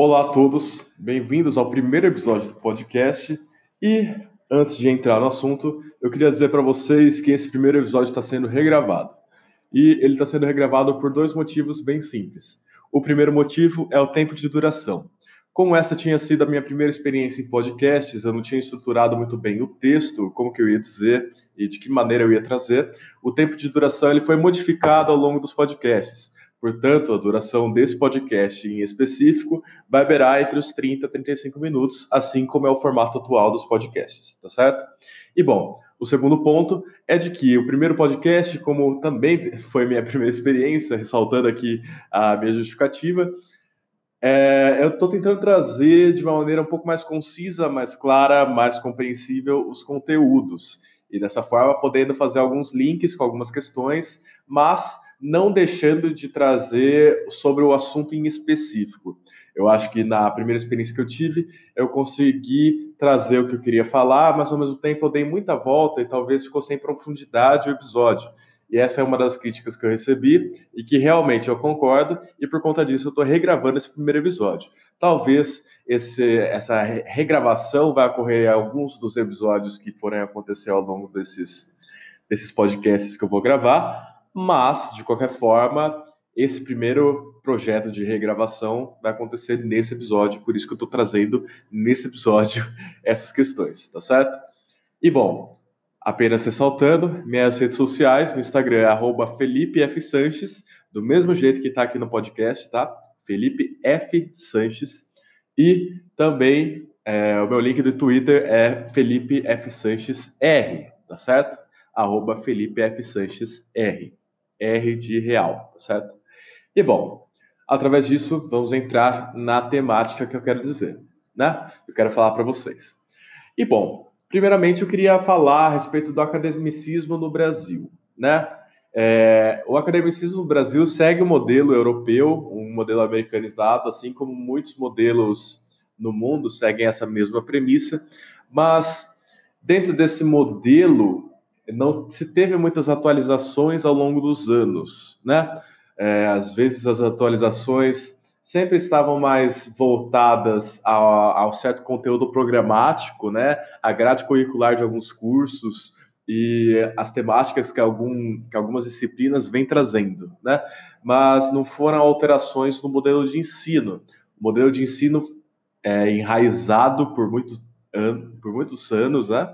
Olá a todos, bem-vindos ao primeiro episódio do podcast. E antes de entrar no assunto, eu queria dizer para vocês que esse primeiro episódio está sendo regravado. E ele está sendo regravado por dois motivos bem simples. O primeiro motivo é o tempo de duração. Como essa tinha sido a minha primeira experiência em podcasts, eu não tinha estruturado muito bem o texto, como que eu ia dizer e de que maneira eu ia trazer. O tempo de duração ele foi modificado ao longo dos podcasts. Portanto, a duração desse podcast em específico vai beirar entre os 30 e 35 minutos, assim como é o formato atual dos podcasts, tá certo? E bom, o segundo ponto é de que o primeiro podcast, como também foi minha primeira experiência, ressaltando aqui a minha justificativa, eu estou tentando trazer de uma maneira um pouco mais concisa, mais clara, mais compreensível os conteúdos. E dessa forma, podendo fazer alguns links com algumas questões, mas não deixando de trazer sobre o assunto em específico. Eu acho que na primeira experiência que eu tive, eu consegui trazer o que eu queria falar, mas ao mesmo tempo eu dei muita volta e talvez ficou sem profundidade o episódio. E essa é uma das críticas que eu recebi e que realmente eu concordo, e por conta disso eu estou regravando esse primeiro episódio. Talvez essa regravação vai ocorrer em alguns dos episódios que forem acontecer ao longo desses podcasts que eu vou gravar, mas, de qualquer forma, esse primeiro projeto de regravação vai acontecer nesse episódio, por isso que eu estou trazendo nesse episódio essas questões, tá certo? E bom, apenas ressaltando, minhas redes sociais, no Instagram é @FelipeFSanches, do mesmo jeito que está aqui no podcast, tá? Felipe F. Sanches. E também o meu link do Twitter é Felipe F. Sanches R, tá certo? @Felipe F. Sanches R. R de real, tá certo? E bom, através disso, vamos entrar na temática que eu quero dizer, né? Eu quero falar para vocês. E bom, primeiramente eu queria falar a respeito do academicismo no Brasil, né? O academicismo no Brasil segue o modelo europeu, um modelo americanizado, assim como muitos modelos no mundo seguem essa mesma premissa, mas dentro desse modelo não se teve muitas atualizações ao longo dos anos, né? Às vezes as atualizações sempre estavam mais voltadas ao certo conteúdo programático, né? A grade curricular de alguns cursos e as temáticas que algumas disciplinas vêm trazendo, né? Mas não foram alterações no modelo de ensino. O modelo de ensino é enraizado por muitos anos, né?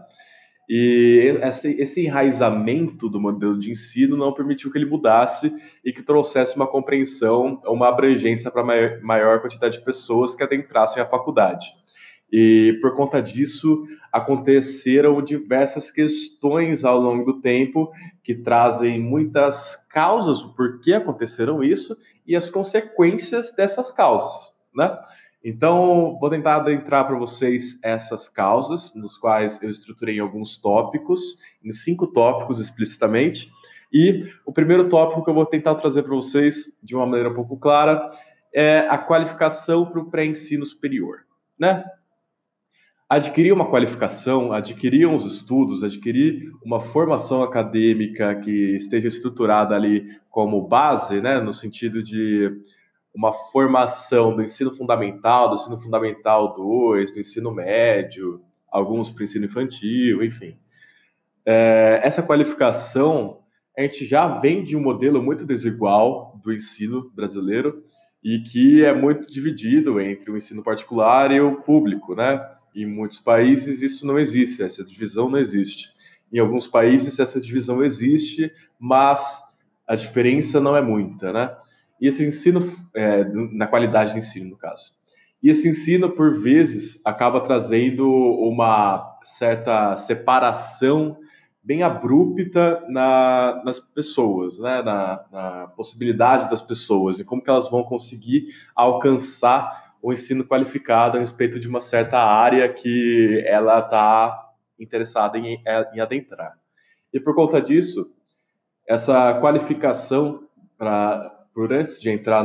E esse enraizamento do modelo de ensino não permitiu que ele mudasse e que trouxesse uma compreensão, uma abrangência para a maior quantidade de pessoas que adentrassem a faculdade. E por conta disso, aconteceram diversas questões ao longo do tempo que trazem muitas causas, o porquê aconteceram isso e as consequências dessas causas, né? Então, vou tentar adentrar para vocês essas causas, nos quais eu estruturei em alguns tópicos, em 5 tópicos explicitamente. E o primeiro tópico que eu vou tentar trazer para vocês de uma maneira um pouco clara é a qualificação para o pré-ensino superior, né? Adquirir uma qualificação, adquirir uns estudos, adquirir uma formação acadêmica que esteja estruturada ali como base, né, no sentido de uma formação do ensino fundamental 2, do ensino médio, alguns para o ensino infantil, enfim. Essa qualificação, a gente já vem de um modelo muito desigual do ensino brasileiro e que é muito dividido entre o ensino particular e o público, né? Em muitos países isso não existe, essa divisão não existe. Em alguns países essa divisão existe, mas a diferença não é muita, né? E esse ensino, na qualidade de ensino, no caso. E esse ensino, por vezes, acaba trazendo uma certa separação bem abrupta nas pessoas, né? Na possibilidade das pessoas e como que elas vão conseguir alcançar o ensino qualificado a respeito de uma certa área que ela está interessada em adentrar. E por conta disso, essa qualificação por antes de entrar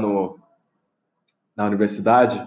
na universidade,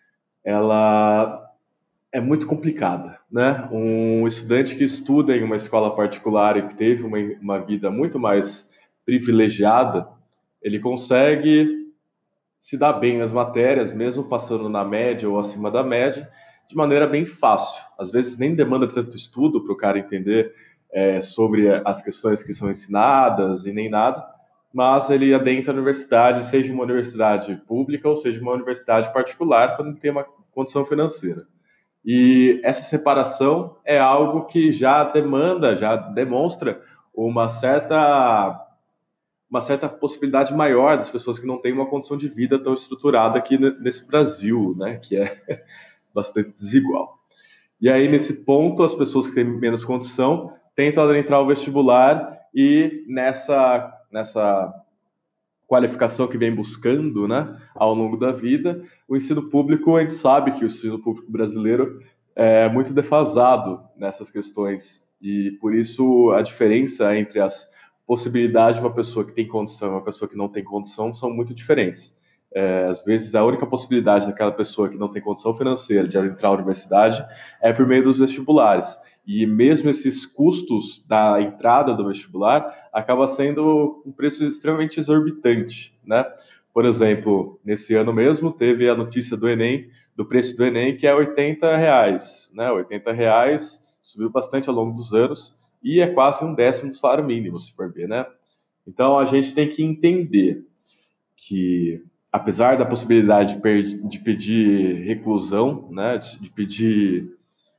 ela é muito complicada, né? Um estudante que estuda em uma escola particular e que teve uma vida muito mais privilegiada, ele consegue se dá bem nas matérias, mesmo passando na média ou acima da média, de maneira bem fácil. Às vezes nem demanda tanto estudo para o cara entender sobre as questões que são ensinadas e nem nada, mas ele adentra a universidade, seja uma universidade pública ou seja uma universidade particular, quando tem uma condição financeira. E essa separação é algo que já demanda, já demonstra uma certa possibilidade maior das pessoas que não têm uma condição de vida tão estruturada aqui nesse Brasil, né, que é bastante desigual. E aí, nesse ponto, as pessoas que têm menos condição tentam adentrar o vestibular e nessa qualificação que vem buscando, né, ao longo da vida, o ensino público, a gente sabe que o ensino público brasileiro é muito defasado nessas questões e por isso a diferença entre as possibilidades de uma pessoa que tem condição e uma pessoa que não tem condição são muito diferentes. Às vezes a única possibilidade daquela pessoa que não tem condição financeira de entrar à universidade é por meio dos vestibulares. E mesmo esses custos da entrada do vestibular acaba sendo um preço extremamente exorbitante, né? Por exemplo, nesse ano mesmo teve a notícia do Enem, do preço do Enem, que é R$ 80, né? R$ 80 subiu bastante ao longo dos anos e é quase um décimo do salário mínimo, se for ver, né? Então a gente tem que entender que, apesar da possibilidade de pedir reclusão, né, de pedir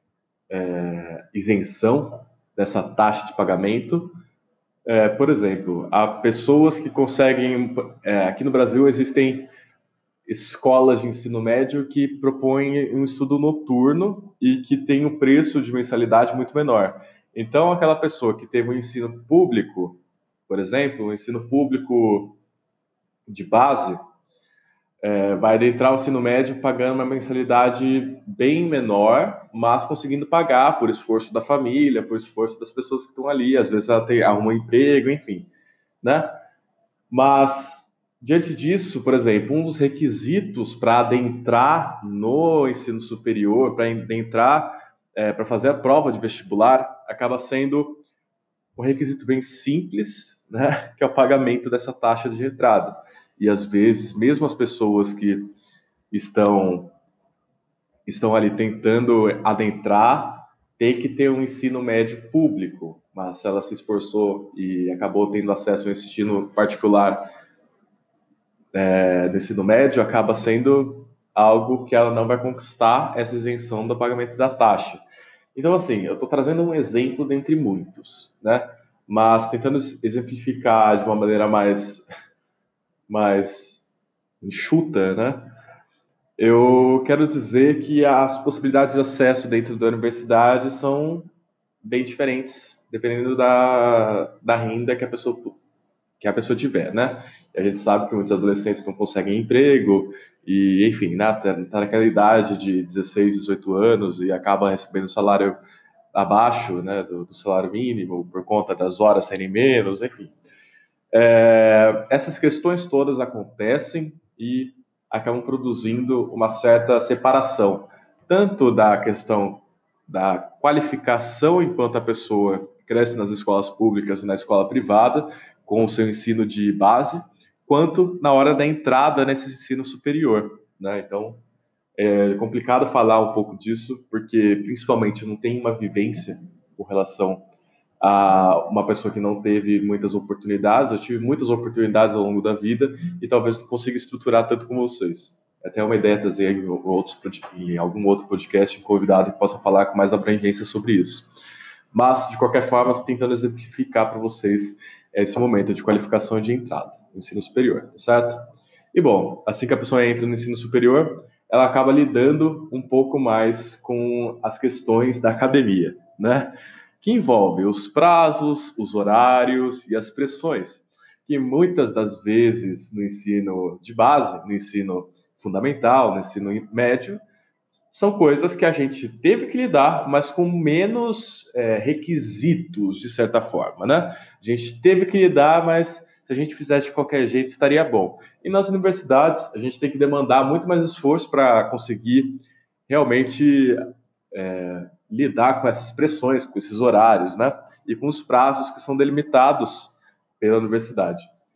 isenção dessa taxa de pagamento, por exemplo, há pessoas que conseguem. Aqui no Brasil existem escolas de ensino médio que propõem um estudo noturno e que tem um preço de mensalidade muito menor. Então, aquela pessoa que teve um ensino público, por exemplo, um ensino público de base, vai adentrar o ensino médio pagando uma mensalidade bem menor, mas conseguindo pagar por esforço da família, por esforço das pessoas que estão ali. Às vezes ela arruma um emprego, enfim, né? Mas, diante disso, por exemplo, um dos requisitos para adentrar no ensino superior, para adentrar, para fazer a prova de vestibular, acaba sendo um requisito bem simples, né, que é o pagamento dessa taxa de entrada. E às vezes, mesmo as pessoas que estão ali tentando adentrar, tem que ter um ensino médio público, mas se ela se esforçou e acabou tendo acesso a um ensino particular do ensino médio, acaba sendo algo que ela não vai conquistar essa isenção do pagamento da taxa. Então, assim, eu estou trazendo um exemplo dentre muitos, né? Mas tentando exemplificar de uma maneira mais enxuta, né? Eu quero dizer que as possibilidades de acesso dentro da universidade são bem diferentes, dependendo da renda que a pessoa tiver, né? E a gente sabe que muitos adolescentes não conseguem emprego e, enfim, né, tá naquela idade de 16, 18 anos e acaba recebendo salário abaixo, né, do salário mínimo por conta das horas serem menos, enfim. Essas questões todas acontecem e acabam produzindo uma certa separação, tanto da questão da qualificação enquanto a pessoa cresce nas escolas públicas e na escola privada, com o seu ensino de base, quanto na hora da entrada nesse ensino superior, né? Então, é complicado falar um pouco disso, porque principalmente eu não tenho uma vivência com relação a uma pessoa que não teve muitas oportunidades. Eu tive muitas oportunidades ao longo da vida e talvez não consiga estruturar tanto como vocês. É até uma ideia trazer em algum outro podcast um convidado que possa falar com mais abrangência sobre isso. Mas, de qualquer forma, estou tentando exemplificar para vocês esse momento de qualificação e de entrada no ensino superior, tá certo? E, bom, assim que a pessoa entra no ensino superior, ela acaba lidando um pouco mais com as questões da academia, né? Que envolve os prazos, os horários e as pressões, que muitas das vezes no ensino de base, no ensino fundamental, no ensino médio, são coisas que a gente teve que lidar, mas com menos requisitos, de certa forma, né? A gente teve que lidar, mas se a gente fizesse de qualquer jeito, estaria bom. E nas universidades, a gente tem que demandar muito mais esforço para conseguir realmente lidar com essas pressões, com esses horários, né? E com os prazos que são delimitados pela universidade.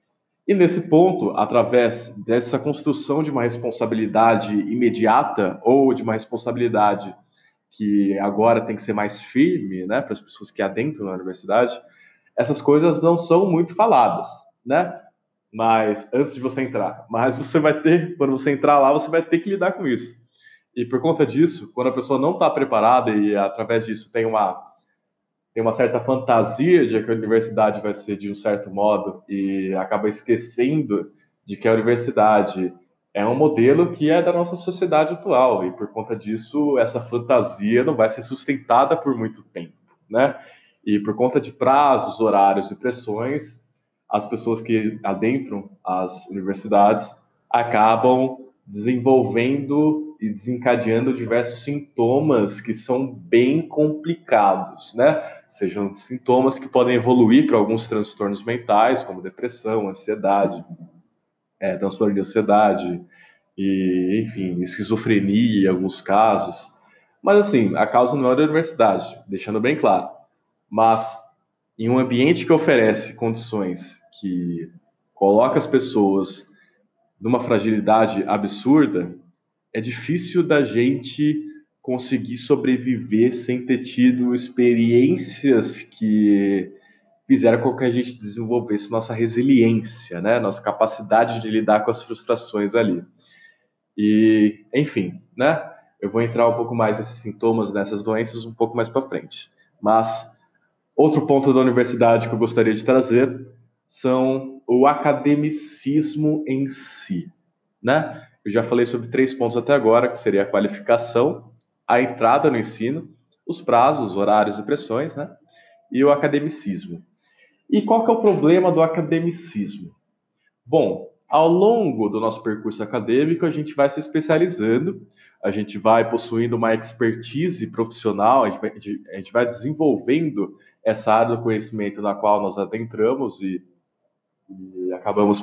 E nesse ponto, através dessa construção de uma responsabilidade imediata ou de uma responsabilidade que agora tem que ser mais firme, né, para as pessoas que adentram na universidade, essas coisas não são muito faladas, né? Mas antes de você entrar, mas você vai ter, quando você entrar lá, você vai ter que lidar com isso. E por conta disso, quando a pessoa não está preparada e através disso tem uma certa fantasia de que a universidade vai ser de um certo modo e acaba esquecendo de que a universidade é um modelo que é da nossa sociedade atual e por conta disso essa fantasia não vai ser sustentada por muito tempo, né? E por conta de prazos, horários e pressões, as pessoas que adentram as universidades acabam desenvolvendo e desencadeando diversos sintomas que são bem complicados, né? Sejam sintomas que podem evoluir para alguns transtornos mentais, como depressão, ansiedade, transtorno de ansiedade e, enfim, esquizofrenia em alguns casos. Mas, assim, a causa não é da universidade, deixando bem claro. Mas, em um ambiente que oferece condições que coloca as pessoas numa fragilidade absurda, é difícil da gente conseguir sobreviver sem ter tido experiências que fizeram com que a gente desenvolvesse nossa resiliência, né? Nossa capacidade de lidar com as frustrações ali. E, enfim, né? Eu vou entrar um pouco mais nesses sintomas, nessas doenças, um pouco mais para frente. Mas outro ponto da universidade que eu gostaria de trazer são o academicismo em si, né? Eu já falei sobre 3 pontos até agora, que seria a qualificação, a entrada no ensino, os prazos, horários e pressões, né? E o academicismo. E qual que é o problema do academicismo? Bom, ao longo do nosso percurso acadêmico, a gente vai se especializando, a gente vai possuindo uma expertise profissional, a gente vai desenvolvendo essa área do conhecimento na qual nós adentramos e acabamos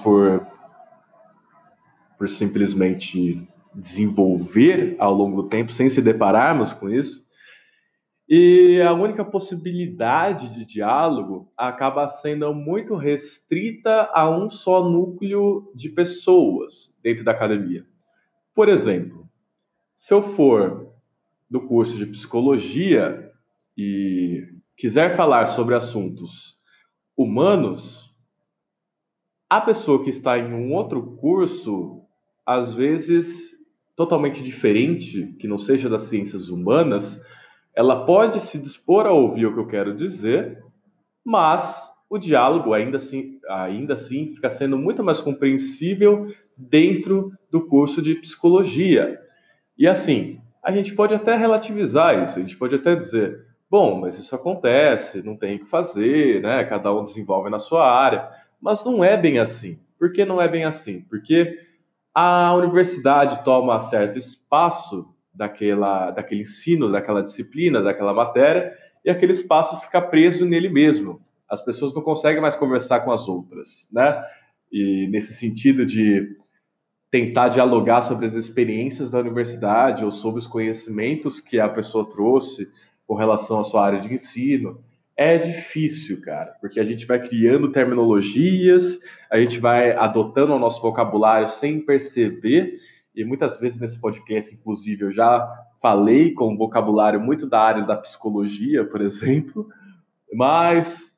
por simplesmente desenvolver ao longo do tempo, sem se depararmos com isso. E a única possibilidade de diálogo acaba sendo muito restrita a um só núcleo de pessoas dentro da academia. Por exemplo, se eu for do curso de psicologia e quiser falar sobre assuntos humanos, a pessoa que está em um outro curso, às vezes totalmente diferente, que não seja das ciências humanas, ela pode se dispor a ouvir o que eu quero dizer, mas o diálogo ainda assim fica sendo muito mais compreensível dentro do curso de psicologia. E assim, a gente pode até relativizar isso, a gente pode até dizer, bom, mas isso acontece, não tem o que fazer, né? Cada um desenvolve na sua área, mas não é bem assim. Por que não é bem assim? Porque a universidade toma certo espaço daquele ensino, daquela disciplina, daquela matéria, e aquele espaço fica preso nele mesmo. As pessoas não conseguem mais conversar com as outras, né? E nesse sentido de tentar dialogar sobre as experiências da universidade ou sobre os conhecimentos que a pessoa trouxe com relação à sua área de ensino. É difícil, cara, porque a gente vai criando terminologias, a gente vai adotando o nosso vocabulário sem perceber, e muitas vezes nesse podcast, inclusive, eu já falei com um vocabulário muito da área da psicologia, por exemplo, mas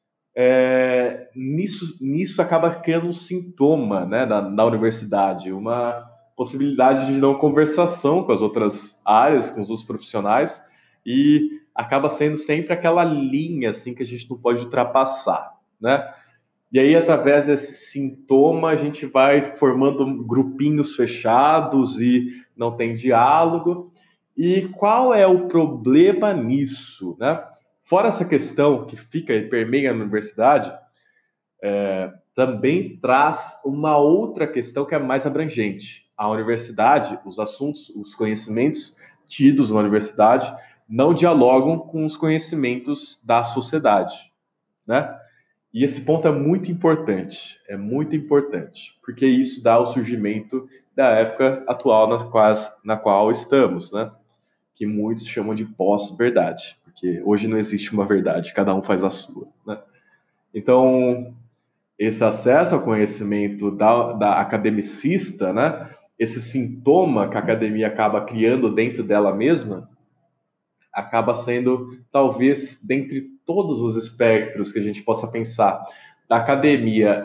nisso acaba criando um sintoma, né, na universidade, uma possibilidade de não conversação com as outras áreas, com os outros profissionais, e acaba sendo sempre aquela linha assim que a gente não pode ultrapassar, né? E aí, através desse sintoma, a gente vai formando grupinhos fechados e não tem diálogo. E qual é o problema nisso, né? Fora essa questão que fica e permeia na universidade, também traz uma outra questão que é mais abrangente. A universidade, os assuntos, os conhecimentos tidos na universidade não dialogam com os conhecimentos da sociedade, né? E esse ponto é muito importante, porque isso dá o surgimento da época atual na qual estamos, né? Que muitos chamam de pós-verdade, porque hoje não existe uma verdade, cada um faz a sua, né? Então, esse acesso ao conhecimento da academicista, né? Esse sintoma que a academia acaba criando dentro dela mesma, acaba sendo, talvez, dentre todos os espectros que a gente possa pensar, da academia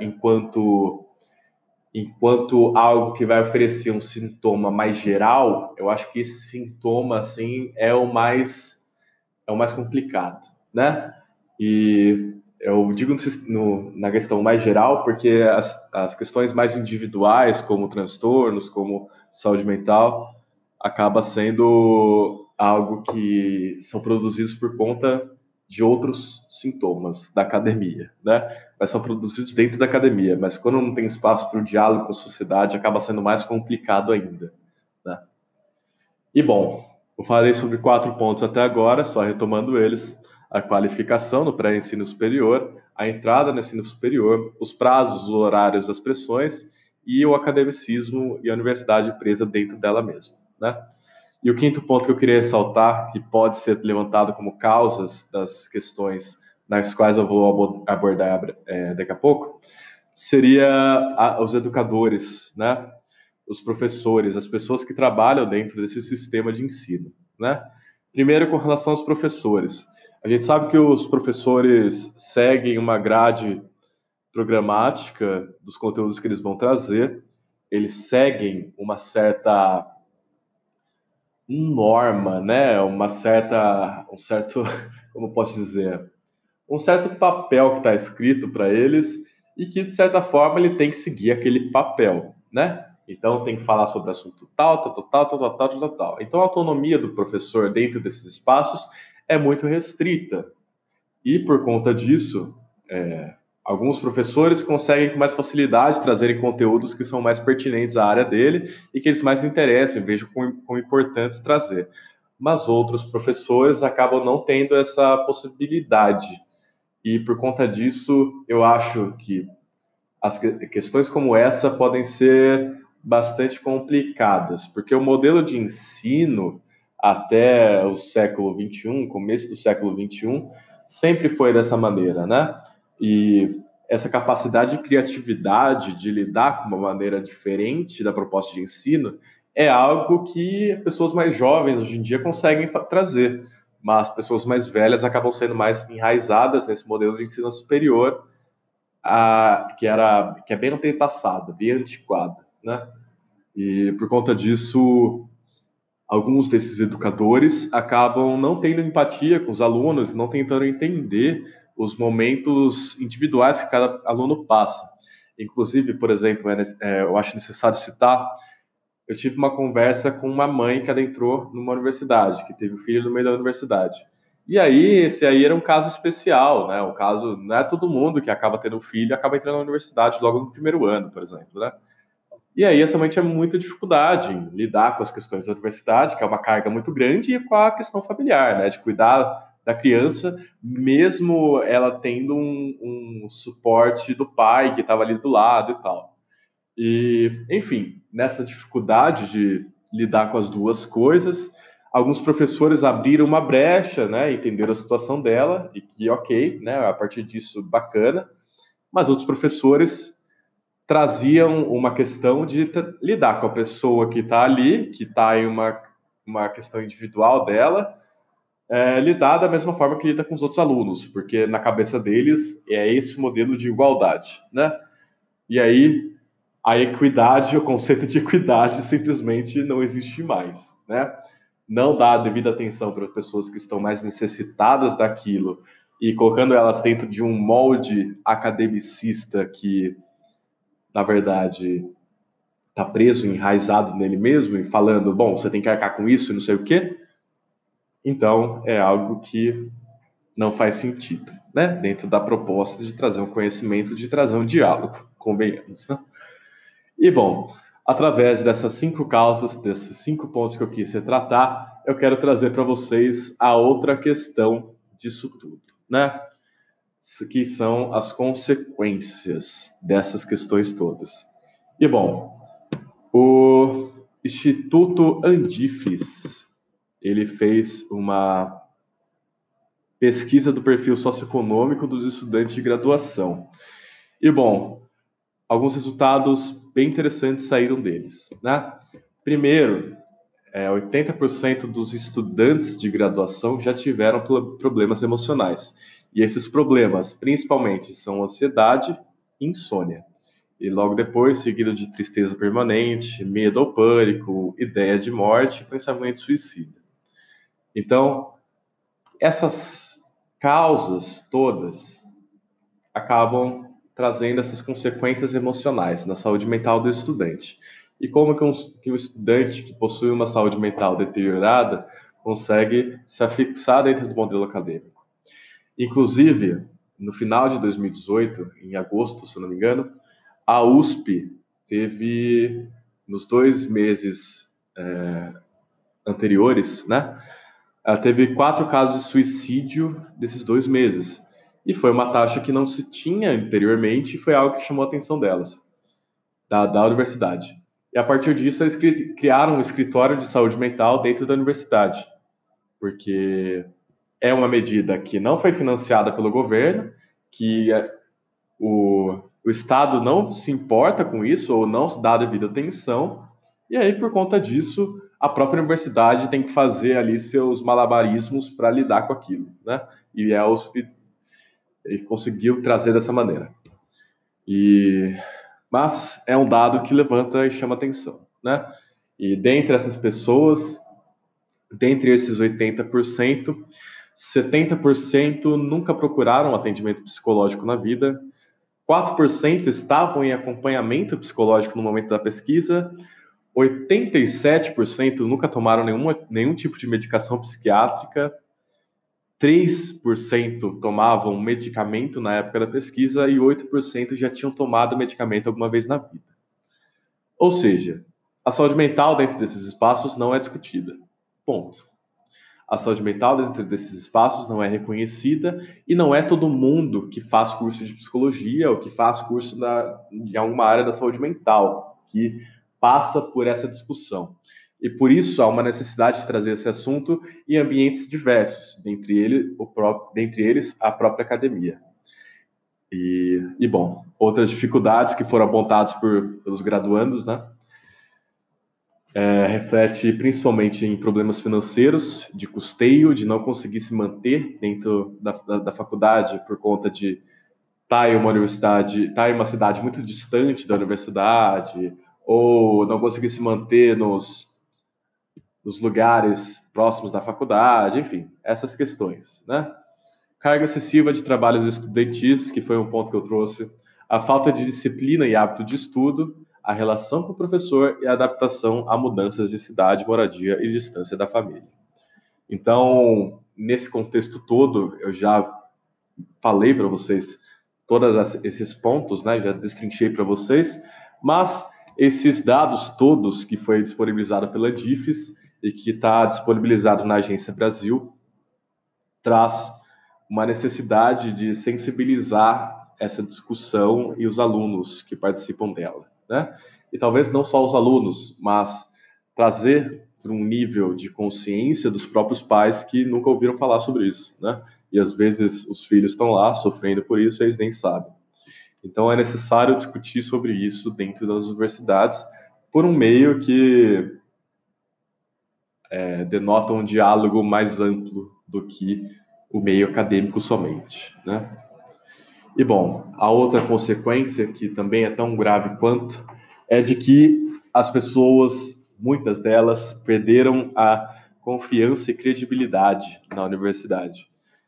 enquanto algo que vai oferecer um sintoma mais geral, eu acho que esse sintoma, assim, é o mais complicado, né? E eu digo na questão mais geral, porque as questões mais individuais, como transtornos, como saúde mental, acaba sendo algo que são produzidos por conta de outros sintomas da academia, né? Mas são produzidos dentro da academia, mas quando não tem espaço para o diálogo com a sociedade, acaba sendo mais complicado ainda, né? E bom, eu falei sobre 4 pontos até agora, só retomando eles: a qualificação no pré-ensino superior, a entrada no ensino superior, os prazos, os horários das pressões e o academicismo e a universidade presa dentro dela mesma, né? E o quinto ponto que eu queria ressaltar, que pode ser levantado como causas das questões nas quais eu vou abordar daqui a pouco, seria os educadores, né? Os professores, as pessoas que trabalham dentro desse sistema de ensino, né? Primeiro, com relação aos professores. A gente sabe que os professores seguem uma grade programática dos conteúdos que eles vão trazer, eles seguem uma certa norma, né? Um certo, como posso dizer, um certo papel que está escrito para eles e que, de certa forma, ele tem que seguir aquele papel, né? Então, tem que falar sobre assunto tal, tal, tal, tal, tal, tal, tal, tal, tal. Então, a autonomia do professor dentro desses espaços é muito restrita. E, por conta disso, alguns professores conseguem com mais facilidade trazerem conteúdos que são mais pertinentes à área dele e que eles mais interessam, vejam como importantes trazer. Mas outros professores acabam não tendo essa possibilidade. E por conta disso, eu acho que as questões como essa podem ser bastante complicadas, porque o modelo de ensino até o século XXI, começo do século XXI, sempre foi dessa maneira, né? E essa capacidade de criatividade, de lidar com uma maneira diferente da proposta de ensino, é algo que pessoas mais jovens hoje em dia conseguem trazer, mas pessoas mais velhas acabam sendo mais enraizadas nesse modelo de ensino superior, que é bem no tempo passado, bem antiquado, né? E por conta disso, alguns desses educadores acabam não tendo empatia com os alunos, não tentando entender os momentos individuais que cada aluno passa. Inclusive, por exemplo, eu acho necessário citar, eu tive uma conversa com uma mãe que adentrou numa universidade, que teve um filho no meio da universidade. E aí, esse aí era um caso especial, né? Um caso, não é todo mundo que acaba tendo filho e acaba entrando na universidade logo no primeiro ano, por exemplo, né? E aí, essa mãe tinha muita dificuldade em lidar com as questões da universidade, que é uma carga muito grande, e com a questão familiar, né? De cuidar da criança, mesmo ela tendo um suporte do pai que estava ali do lado e tal. E, enfim, nessa dificuldade de lidar com as duas coisas, alguns professores abriram uma brecha, né, entenderam a situação dela e que, ok, né, a partir disso, bacana, mas outros professores traziam uma questão de lidar com a pessoa que está ali, que está em uma questão individual dela, lidar da mesma forma que lida com os outros alunos, porque na cabeça deles é esse modelo de igualdade, né? E aí a equidade, o conceito de equidade simplesmente não existe mais, né? Não dá a devida atenção para as pessoas que estão mais necessitadas daquilo e colocando elas dentro de um molde academicista que, na verdade, está preso, enraizado nele mesmo e falando, bom, você tem que arcar com isso e não sei o quê. Então, é algo que não faz sentido, né? Dentro da proposta de trazer um conhecimento, de trazer um diálogo, convenhamos, né? E bom, através dessas 5 causas, desses 5 pontos que eu quis retratar, eu quero trazer para vocês a outra questão disso tudo, né? Que são as consequências dessas questões todas. E bom, o Instituto Andifes, ele fez uma pesquisa do perfil socioeconômico dos estudantes de graduação. E, bom, alguns resultados bem interessantes saíram deles, né? Primeiro, 80% dos estudantes de graduação já tiveram problemas emocionais. E esses problemas, principalmente, são ansiedade e insônia. E logo depois, seguido de tristeza permanente, medo ao pânico, ideia de morte e pensamento suicida. Então, essas causas todas acabam trazendo essas consequências emocionais na saúde mental do estudante. E como que um estudante que possui uma saúde mental deteriorada consegue se afixar dentro do modelo acadêmico? Inclusive, no final de 2018, em agosto, se eu não me engano, a USP teve, nos 2 meses anteriores, né, ela teve 4 casos de suicídio desses 2 meses. E foi uma taxa que não se tinha anteriormente e foi algo que chamou a atenção delas, da universidade. E a partir disso, eles criaram um escritório de saúde mental dentro da universidade, porque é uma medida que não foi financiada pelo governo, que o Estado não se importa com isso ou não se dá a devida atenção, e aí, por conta disso, a própria universidade tem que fazer ali seus malabarismos para lidar com aquilo, né? E a USP conseguiu trazer dessa maneira. Mas é um dado que levanta e chama atenção, né? E dentre essas pessoas, dentre esses 80%, 70% nunca procuraram atendimento psicológico na vida, 4% estavam em acompanhamento psicológico no momento da pesquisa, 87% nunca tomaram nenhum tipo de medicação psiquiátrica, 3% tomavam medicamento na época da pesquisa e 8% já tinham tomado medicamento alguma vez na vida. Ou seja, a saúde mental dentro desses espaços não é discutida. Ponto. A saúde mental dentro desses espaços não é reconhecida e não é todo mundo que faz curso de psicologia ou que faz curso em alguma área da saúde mental que passa por essa discussão. E por isso há uma necessidade de trazer esse assunto em ambientes diversos, dentre eles a própria academia. Bom, outras dificuldades que foram apontadas pelos graduandos, né? Reflete principalmente em problemas financeiros, de custeio, de não conseguir se manter dentro da faculdade por conta de estar em uma universidade, estar em uma cidade muito distante da universidade, ou não conseguir se manter nos lugares próximos da faculdade, enfim, essas questões, né? Carga excessiva de trabalhos estudantis, que foi um ponto que eu trouxe, a falta de disciplina e hábito de estudo, a relação com o professor e a adaptação a mudanças de cidade, moradia e distância da família. Então, nesse contexto todo, eu já falei para vocês todos esses pontos, né? Já destrinchei para vocês, mas esses dados todos que foi disponibilizado pela DIFES e que está disponibilizado na Agência Brasil, traz uma necessidade de sensibilizar essa discussão e os alunos que participam dela, né? E talvez não só os alunos, mas trazer para um nível de consciência dos próprios pais que nunca ouviram falar sobre isso, né? E às vezes os filhos estão lá sofrendo por isso e eles nem sabem. Então é necessário discutir sobre isso dentro das universidades por um meio que denota um diálogo mais amplo do que o meio acadêmico somente, né? E bom, a outra consequência, que também é tão grave quanto, é de que as pessoas, muitas delas, perderam a confiança e credibilidade na universidade.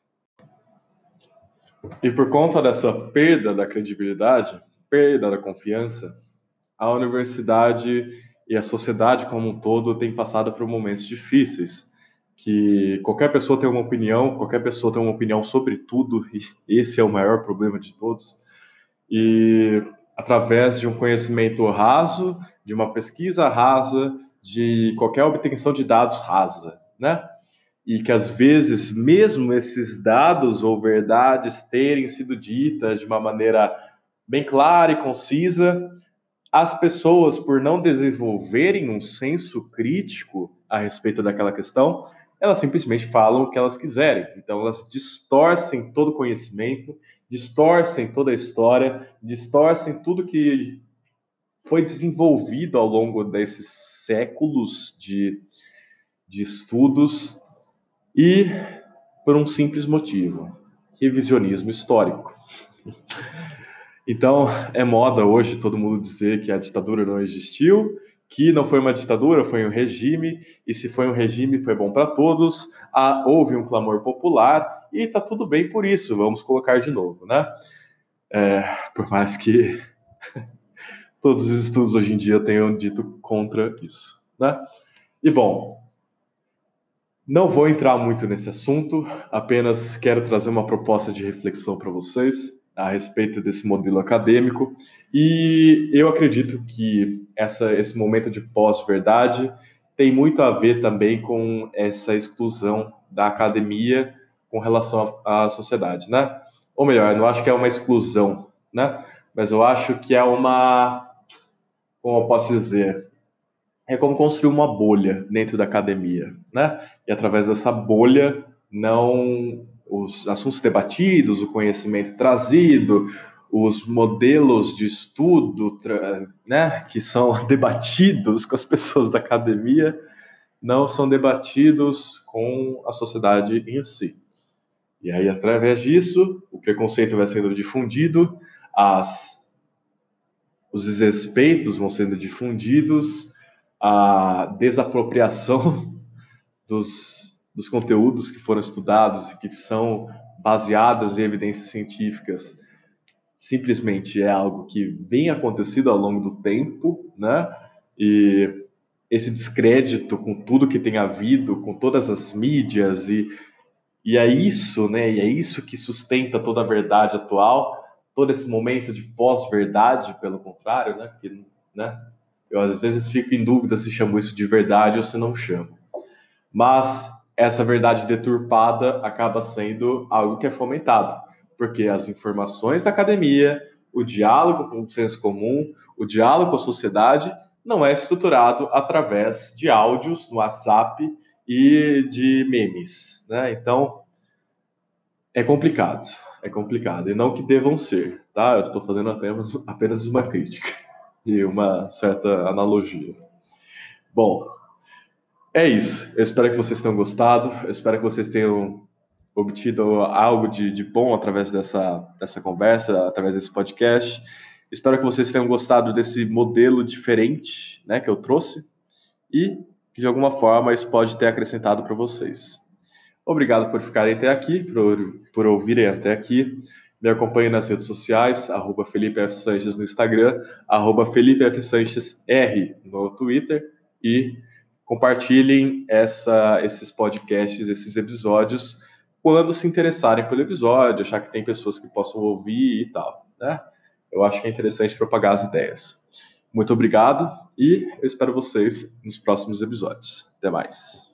E por conta dessa perda da credibilidade, perda da confiança, a universidade e a sociedade como um todo têm passado por momentos difíceis, que qualquer pessoa tem uma opinião, qualquer pessoa tem uma opinião sobre tudo, e esse é o maior problema de todos. E através de um conhecimento raso, de uma pesquisa rasa, de qualquer obtenção de dados rasa, né? E que às vezes, mesmo esses dados ou verdades terem sido ditas de uma maneira bem clara e concisa, as pessoas, por não desenvolverem um senso crítico a respeito daquela questão, elas simplesmente falam o que elas quiserem. Então, elas distorcem todo o conhecimento, distorcem toda a história, distorcem tudo que foi desenvolvido ao longo desses séculos de estudos e por um simples motivo: revisionismo histórico. Então, é moda hoje todo mundo dizer que a ditadura não existiu, que não foi uma ditadura, foi um regime, e se foi um regime foi bom para todos, houve um clamor popular, e está tudo bem por isso, vamos colocar de novo, né? Por mais que todos os estudos hoje em dia tenham dito contra isso, né? E bom, não vou entrar muito nesse assunto, apenas quero trazer uma proposta de reflexão para vocês a respeito desse modelo acadêmico. E eu acredito que esse momento de pós-verdade tem muito a ver também com essa exclusão da academia com relação à sociedade, né? Ou melhor, eu não acho que é uma exclusão, né? Mas eu acho que é como eu posso dizer, é como construir uma bolha dentro da academia, né? E através dessa bolha, não os assuntos debatidos, o conhecimento trazido, os modelos de estudo, né, que são debatidos com as pessoas da academia, não são debatidos com a sociedade em si. E aí, através disso, o preconceito vai sendo difundido, os desrespeitos vão sendo difundidos, a desapropriação dos conteúdos que foram estudados e que são baseados em evidências científicas simplesmente é algo que vem acontecendo ao longo do tempo, né? E esse descrédito com tudo que tem havido, com todas as mídias e é isso, né? E é isso que sustenta toda a verdade atual, todo esse momento de pós-verdade, pelo contrário, né? Porque, né? Eu às vezes fico em dúvida se chamo isso de verdade ou se não chamo. Mas essa verdade deturpada acaba sendo algo que é fomentado, porque as informações da academia, o diálogo com o senso comum, o diálogo com a sociedade não é estruturado através de áudios no WhatsApp e de memes, né? Então é complicado e não que devam ser, tá? Eu estou fazendo apenas uma crítica e uma certa analogia. Bom, é isso. Eu espero que vocês tenham gostado. Eu espero que vocês tenham obtido algo de bom através dessa conversa, através desse podcast. Espero que vocês tenham gostado desse modelo diferente, né, que eu trouxe e que de alguma forma isso pode ter acrescentado para vocês. Obrigado por ficarem até aqui, por ouvirem até aqui. Me acompanhe nas redes sociais, Felipe F. Sanches no Instagram, Felipe F. Sanches R no Twitter e compartilhem esses podcasts, esses episódios, quando se interessarem pelo episódio, achar que tem pessoas que possam ouvir e tal, né? Eu acho que é interessante propagar as ideias. Muito obrigado e eu espero vocês nos próximos episódios. Até mais.